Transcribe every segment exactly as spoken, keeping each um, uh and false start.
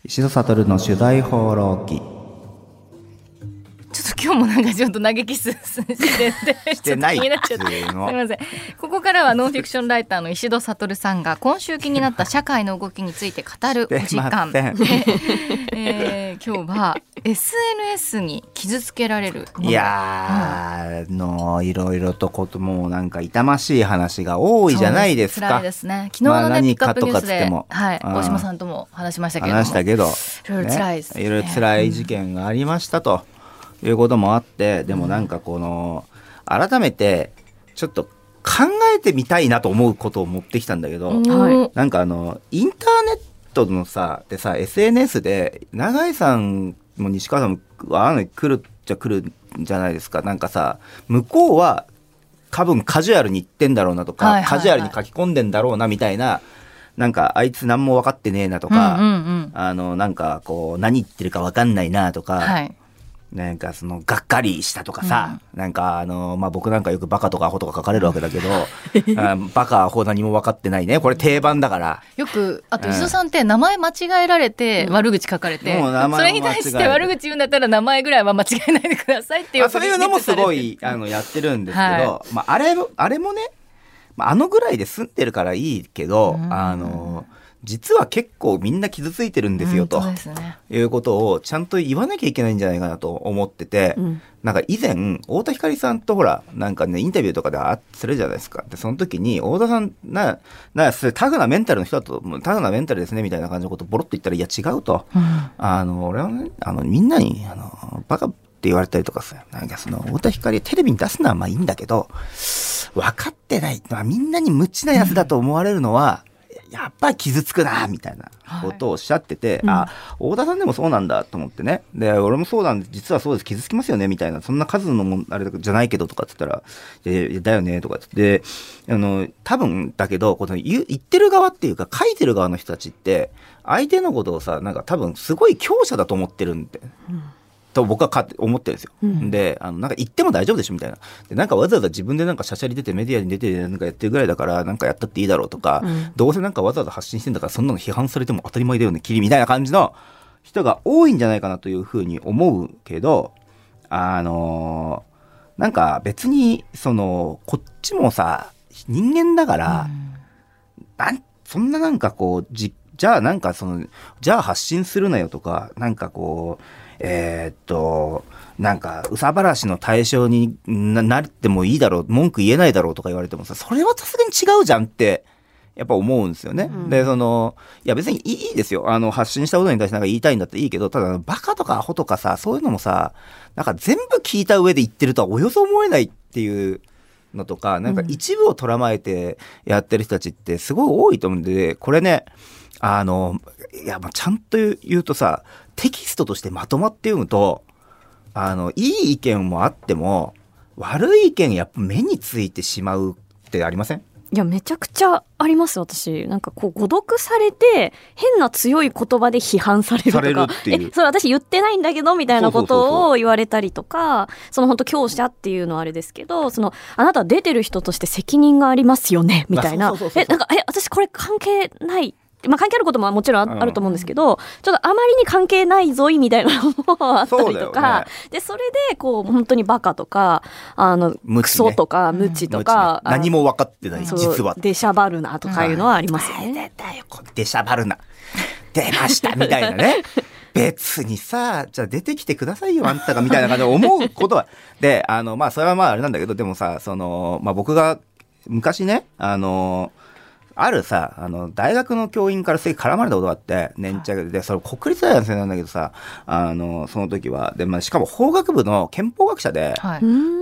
石戸悟の取材放浪記。 ちょっと今日もなんかちょっと嘆きすしててしてないちょっと気になっちゃってすみません。ここからはノンフィクションライターの石戸悟さんが今週気になった社会の動きについて語るお時間で、えー、今日は エスエヌエス に傷つけられるもの、 いやー、うん、のいろいろとこともなんか痛ましい話が多いじゃないですか。 辛いですね。昨日の、ねまあ、ピックアップニュースで、はい、 うん、 大島さんとも話しましたけれども話したけどいろいろ辛いですね。 いろいろ辛い事件がありましたと、うん、いうこともあって、でもなんかこの改めてちょっと考えてみたいなと思うことを持ってきたんだけど、 はい、 なんかあのインターネットのさでさ エスエヌエス で永井さんも西川さんもあの来るっちゃ来るんじゃないですか。なんかさ向こうは多分カジュアルに言ってんだろうなとか、はいはいはい、カジュアルに書き込んでんだろうなみたいな、なんかあいつ何も分かってねえなとか、 うんうんうん、 あのなんかこう何言ってるか分かんないなとか、 はい、 なんかそのがっかりしたとかさ、うん、なんかあの、まあ、僕なんかよくバカとかアホとか書かれるわけだけどあバカアホ何も分かってないね、これ定番だから。 よくあと石戸さんって名前間違えられて悪口書かれて、うん、それに対して悪口言うんだったら名前ぐらいは間違えないでくださいっていう、 そういうのもすごいあのやってるんですけど、はい、まあ、あれもあれもね、まあ、あのぐらいで済んでるからいいけど、うん、あの実は結構みんな傷ついてるんですよ、うん、とですね、いうことをちゃんと言わなきゃいけないんじゃないかなと思ってて、うん、なんか以前太田光さんとほらなんかねインタビューとかであするじゃないですか。でその時に太田さんななそれタフなメンタルの人だとタフなメンタルですねみたいな感じのことをボロッと言ったら、いや違うと、うん、あの俺はねあのみんなにあのバカって言われたりとかさ、なんかその太田光テレビに出すのはまあいいんだけど分かってないのはみんなに無知なやつだと思われるのは、うんやっぱり傷つくなみたいなことをおっしゃってて、はい、あ、うん、太田さんでもそうなんだと思ってね。で俺もそうなんで実はそうです、傷つきますよねみたいな、そんな数のもあれじゃないけどとかって言ったらいやだよねとかってあの多分だけどこの 言, 言ってる側っていうか書いてる側の人たちって相手のことをさなんか多分すごい強者だと思ってるんで、うんと僕はか思ってるんですよ、うん、であのなんか言っても大丈夫でしょみたいな、でなんかわざわざ自分でなんかしゃしゃり出てメディアに出てなんかやってるぐらいだからなんかやったっていいだろうとか、うん、どうせなんかわざわざ発信してんだからそんなの批判されても当たり前だよねキリみたいな感じの人が多いんじゃないかなというふうに思うけど、あのー、なんか別にそのこっちもさ人間だから、うん、なんそんななんかこうじじゃあなんかそのじゃあ発信するなよとかなんかこうえー、っとなんか憂さ晴らしの対象に な, なってもいいだろう文句言えないだろうとか言われてもさ、それはさすがに違うじゃんってやっぱ思うんですよね、うん、でそのいや別にいいですよ、あの発信したことに対してなんか言いたいんだっていいけど、ただバカとかアホとかさそういうのもさなんか全部聞いた上で言ってるとはおよそ思えないっていうのとか、なんか一部を捉まえてやってる人たちってすごい多いと思うんで、これねあのいやまあちゃんと言うとさテキストとしてまとまって読むとあのいい意見もあっても悪い意見やっぱ目についてしまうってありません？ いやめちゃくちゃあります。私なんかこう誤読されて変な強い言葉で批判されるとか、 されるっていう、 えそれ私言ってないんだけどみたいなことを言われたりとか、その本当強者っていうのはあれですけど、そのあなた出てる人として責任がありますよねみたいな、えなんかえ私これ関係ないまあ、関係あることももちろん あ, あると思うんですけど、うん、ちょっとあまりに関係ないぞいみたいなのもあったりとか、ね、でそれでこう本当にバカとかあの、ね、クソとか無知とか、 うん、ね、何も分かってない実は出しゃばるなとかいうのはありますよね、うん、 出たよ出しゃばるな出ましたみたいなね別にさじゃあ出てきてくださいよあんたがみたいな感じで思うことはであのまあそれはまああれなんだけど、でもさその、まあ、僕が昔ねあのあるさあの大学の教員からすげえ絡まれたことがあって、粘着でそれ国立大学生なんだけどさあのその時はで、まあ、しかも法学部の憲法学者で、はい、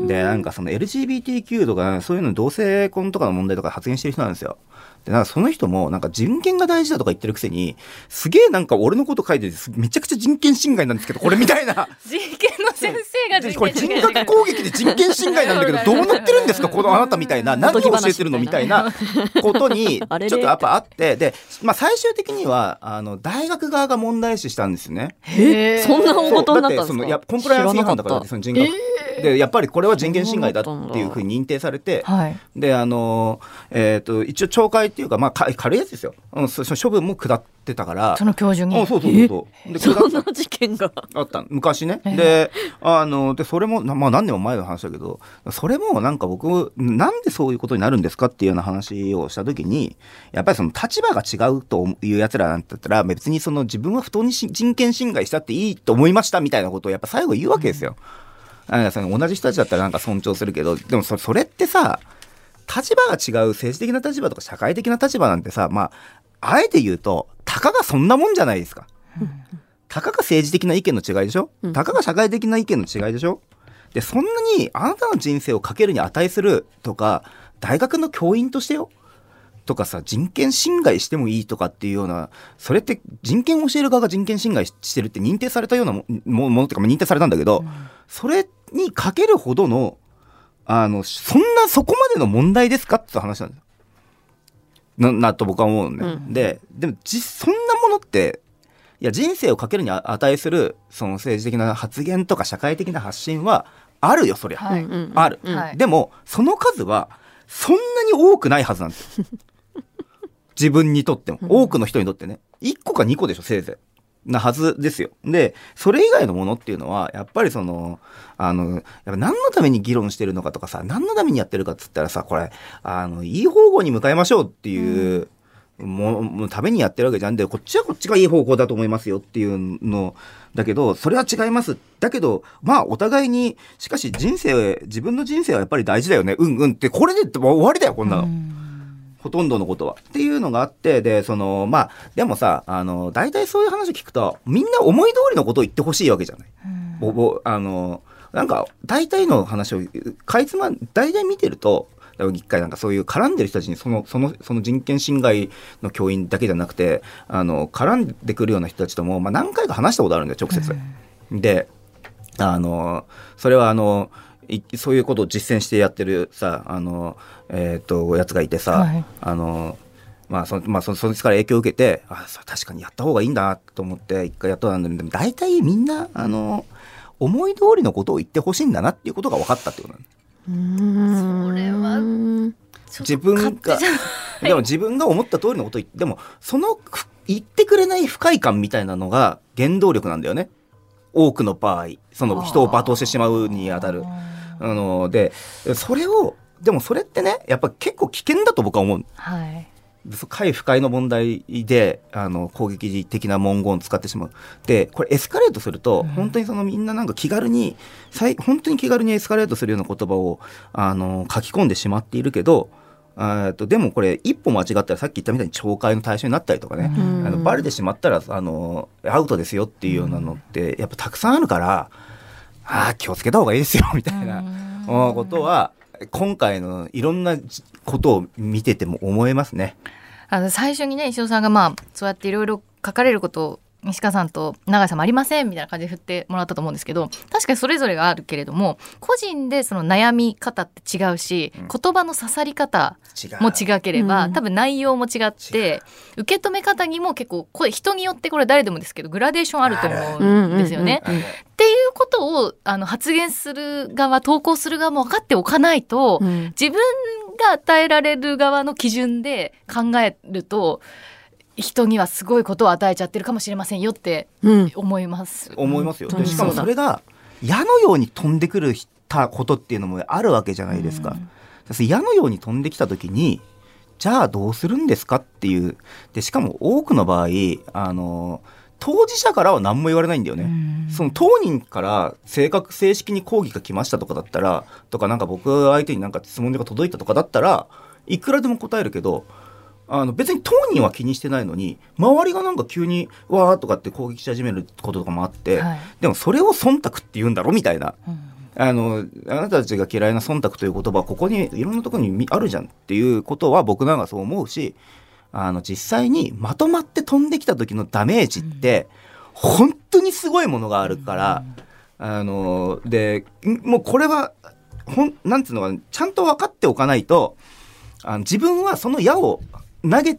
でなんかその エルジービーティーキュー とかそういうの同性婚とかの問題とか発言してる人なんですよ。でなんかその人もなんか人権が大事だとか言ってるくせにすげえなんか俺のこと書いててめちゃくちゃ人権侵害なんですけどこれみたいな人権の先生が人権侵害これ人格攻撃で人権侵害なんだけどどうなってるんですかこのあなたみたいな何を教えてるのみたいなことにちょっとやっぱあってで、まあ、最終的にはあの大学側が問題視したんですね。 へえそんな大事になったんですか？ だってそのいやコンプライアンス違反だからその人格でやっぱりこれは人権侵害だっていうふうに認定されて、はい、であの、えー、と一応懲戒っていうか、まあ、軽いやつですよ、うん、そそ処分も下ってたから、 その教授に。 あそうそうそうそうでそんな事件があった昔ね。であのでそれも、まあ、何年も前の話だけど、それもなんか僕なんでそういうことになるんですかっていうような話をした時に、やっぱりその立場が違うというやつらなんだったら別にその自分は不当に人権侵害したっていいと思いましたみたいなことをやっぱ最後言うわけですよ、うん、なんかその同じ人たちだったらなんか尊重するけど、でも そ, それってさ、立場が違う政治的な立場とか社会的な立場なんてさ、まああえて言うとたかがそんなもんじゃないですか、うん、たかが政治的な意見の違いでしょ、たかが社会的な意見の違いでしょ。でそんなにあなたの人生をかけるに値するとか、大学の教員としてよとかさ、人権侵害してもいいとかっていうような、それって人権を教える側が人権侵害してるって認定されたようなものものとか認定されたんだけど、うん、それにかけるほどのあのそんなそこまでの問題ですかって話なんだよ な, なと僕は思うのね、うん、で, でもじそんなものっていや人生をかけるに値するその政治的な発言とか社会的な発信はあるよ、そりゃ、はい、ある、はい、でもその数はそんなに多くないはずなんですよ自分にとっても多くの人にとってね、いっこかにこでしょせいぜいなはずですよ。でそれ以外のものっていうのはやっぱりそのあのやっぱ何のために議論してるのかとかさ、何のためにやってるかっつったらさ、これあのいい方向に向かいましょうっていう、うん、ももうためにやってるわけじゃんで、こっちはこっちがいい方向だと思いますよっていうのだけど、それは違います。だけどまあお互いにしかし人生自分の人生はやっぱり大事だよね、うんうんって、これで終わりだよこんなの、うん、ほとんどのことはっていうのがあって、でそのまあでもさ、あの大体そういう話聞くとみんな思い通りのことを言ってほしいわけじゃない、うん、ぼぼあのなんか大体の話をかいつまん大体見てると、一回なんかそういう絡んでる人たちにそのそのその人権侵害の教員だけじゃなくて、あの絡んでくるような人たちとも、まあ、何回か話したことあるんだよ直接、うん、であのそれはあのそういうことを実践してやってるさ、あの、えー、とやつがいてさ、はい、あのまあそまあ、そ, そいつから影響を受けて、あ確かにやった方がいいんだなと思って一回やったんだけど、大体みんなあの思い通りのことを言ってほしいんだなっていうことが分かったってことなんだ。 うーん、 それは自分がでも自分が思った通りのことを言って、でもその言ってくれない不快感みたいなのが原動力なんだよね、多くの場合。その人を罵倒してしまうにあたるあので、それをでもそれってねやっぱ結構危険だと僕は思う、はい、快不快の問題であの攻撃的な文言を使ってしまう。でこれエスカレートすると、うん、本当にそのみんななんか気軽に本当に気軽にエスカレートするような言葉をあの書き込んでしまっているけど、あとでもこれ一歩間違ったらさっき言ったみたいに懲戒の対象になったりとかね、うん、あのバレてしまったらあのアウトですよっていうようなのってやっぱたくさんあるから、あ気をつけた方がいいですよみたいなことは今回のいろんなことを見てても思えますね。 あの最初にね石尾さんがまあそうやっていろいろ書かれることを西川さんと永井さんもありませんみたいな感じで振ってもらったと思うんですけど、確かにそれぞれがあるけれども個人でその悩み方って違うし、うん、言葉の刺さり方も違ければ、うん、多分内容も違って受け止め方にも結構これ人によってこれ誰でもですけどグラデーションあると思うんですよね。っていうことをあの発言する側投稿する側も分かっておかないと、うん、自分が与えられる側の基準で考えると人にはすごいことを与えちゃってるかもしれませんよって思います、 うん、思いますよ。でしかもそれが矢のように飛んでくることっていうのもあるわけじゃないですか、うん、矢のように飛んできた時にじゃあどうするんですかっていう。でしかも多くの場合あの当事者からは何も言われないんだよね、うん、その当人から正確正式に抗議が来ましたとかだったらとか、なんか僕相手になんか質問が届いたとかだったらいくらでも答えるけど、あの別に当人は気にしてないのに周りがなんか急にわーとかって攻撃し始めることとかもあって、はい、でもそれを忖度って言うんだろみたいな、うん、あのあなたたちが嫌いな忖度という言葉はここにいろんなところにあるじゃんっていうことは僕なんかそう思うし、あの実際にまとまって飛んできた時のダメージって本当にすごいものがあるから、うん、あのでもうこれはほんなんていうのかちゃんと分かっておかないと、あの自分はその矢を投げてる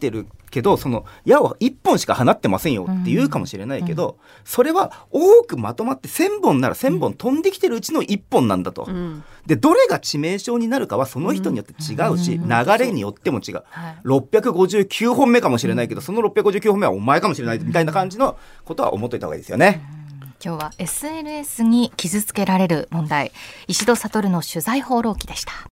けどその矢をいっぽんしか放ってませんよって言うかもしれないけど、うん、それは多くまとまってせんぼんならせんぼん飛んできてるうちのいっぽんなんだと、うん、でどれが致命傷になるかはその人によって違うし、うん、流れによっても違う、はい、ろっぴゃくごじゅうきゅうほんめかもしれないけど、うん、そのろっぴゃくごじゅうきゅうほんめはお前かもしれないみたいな感じのことは思っといた方がいいですよね。 うん、今日は エスエヌエス に傷つけられる問題、石戸悟の取材放浪記でした。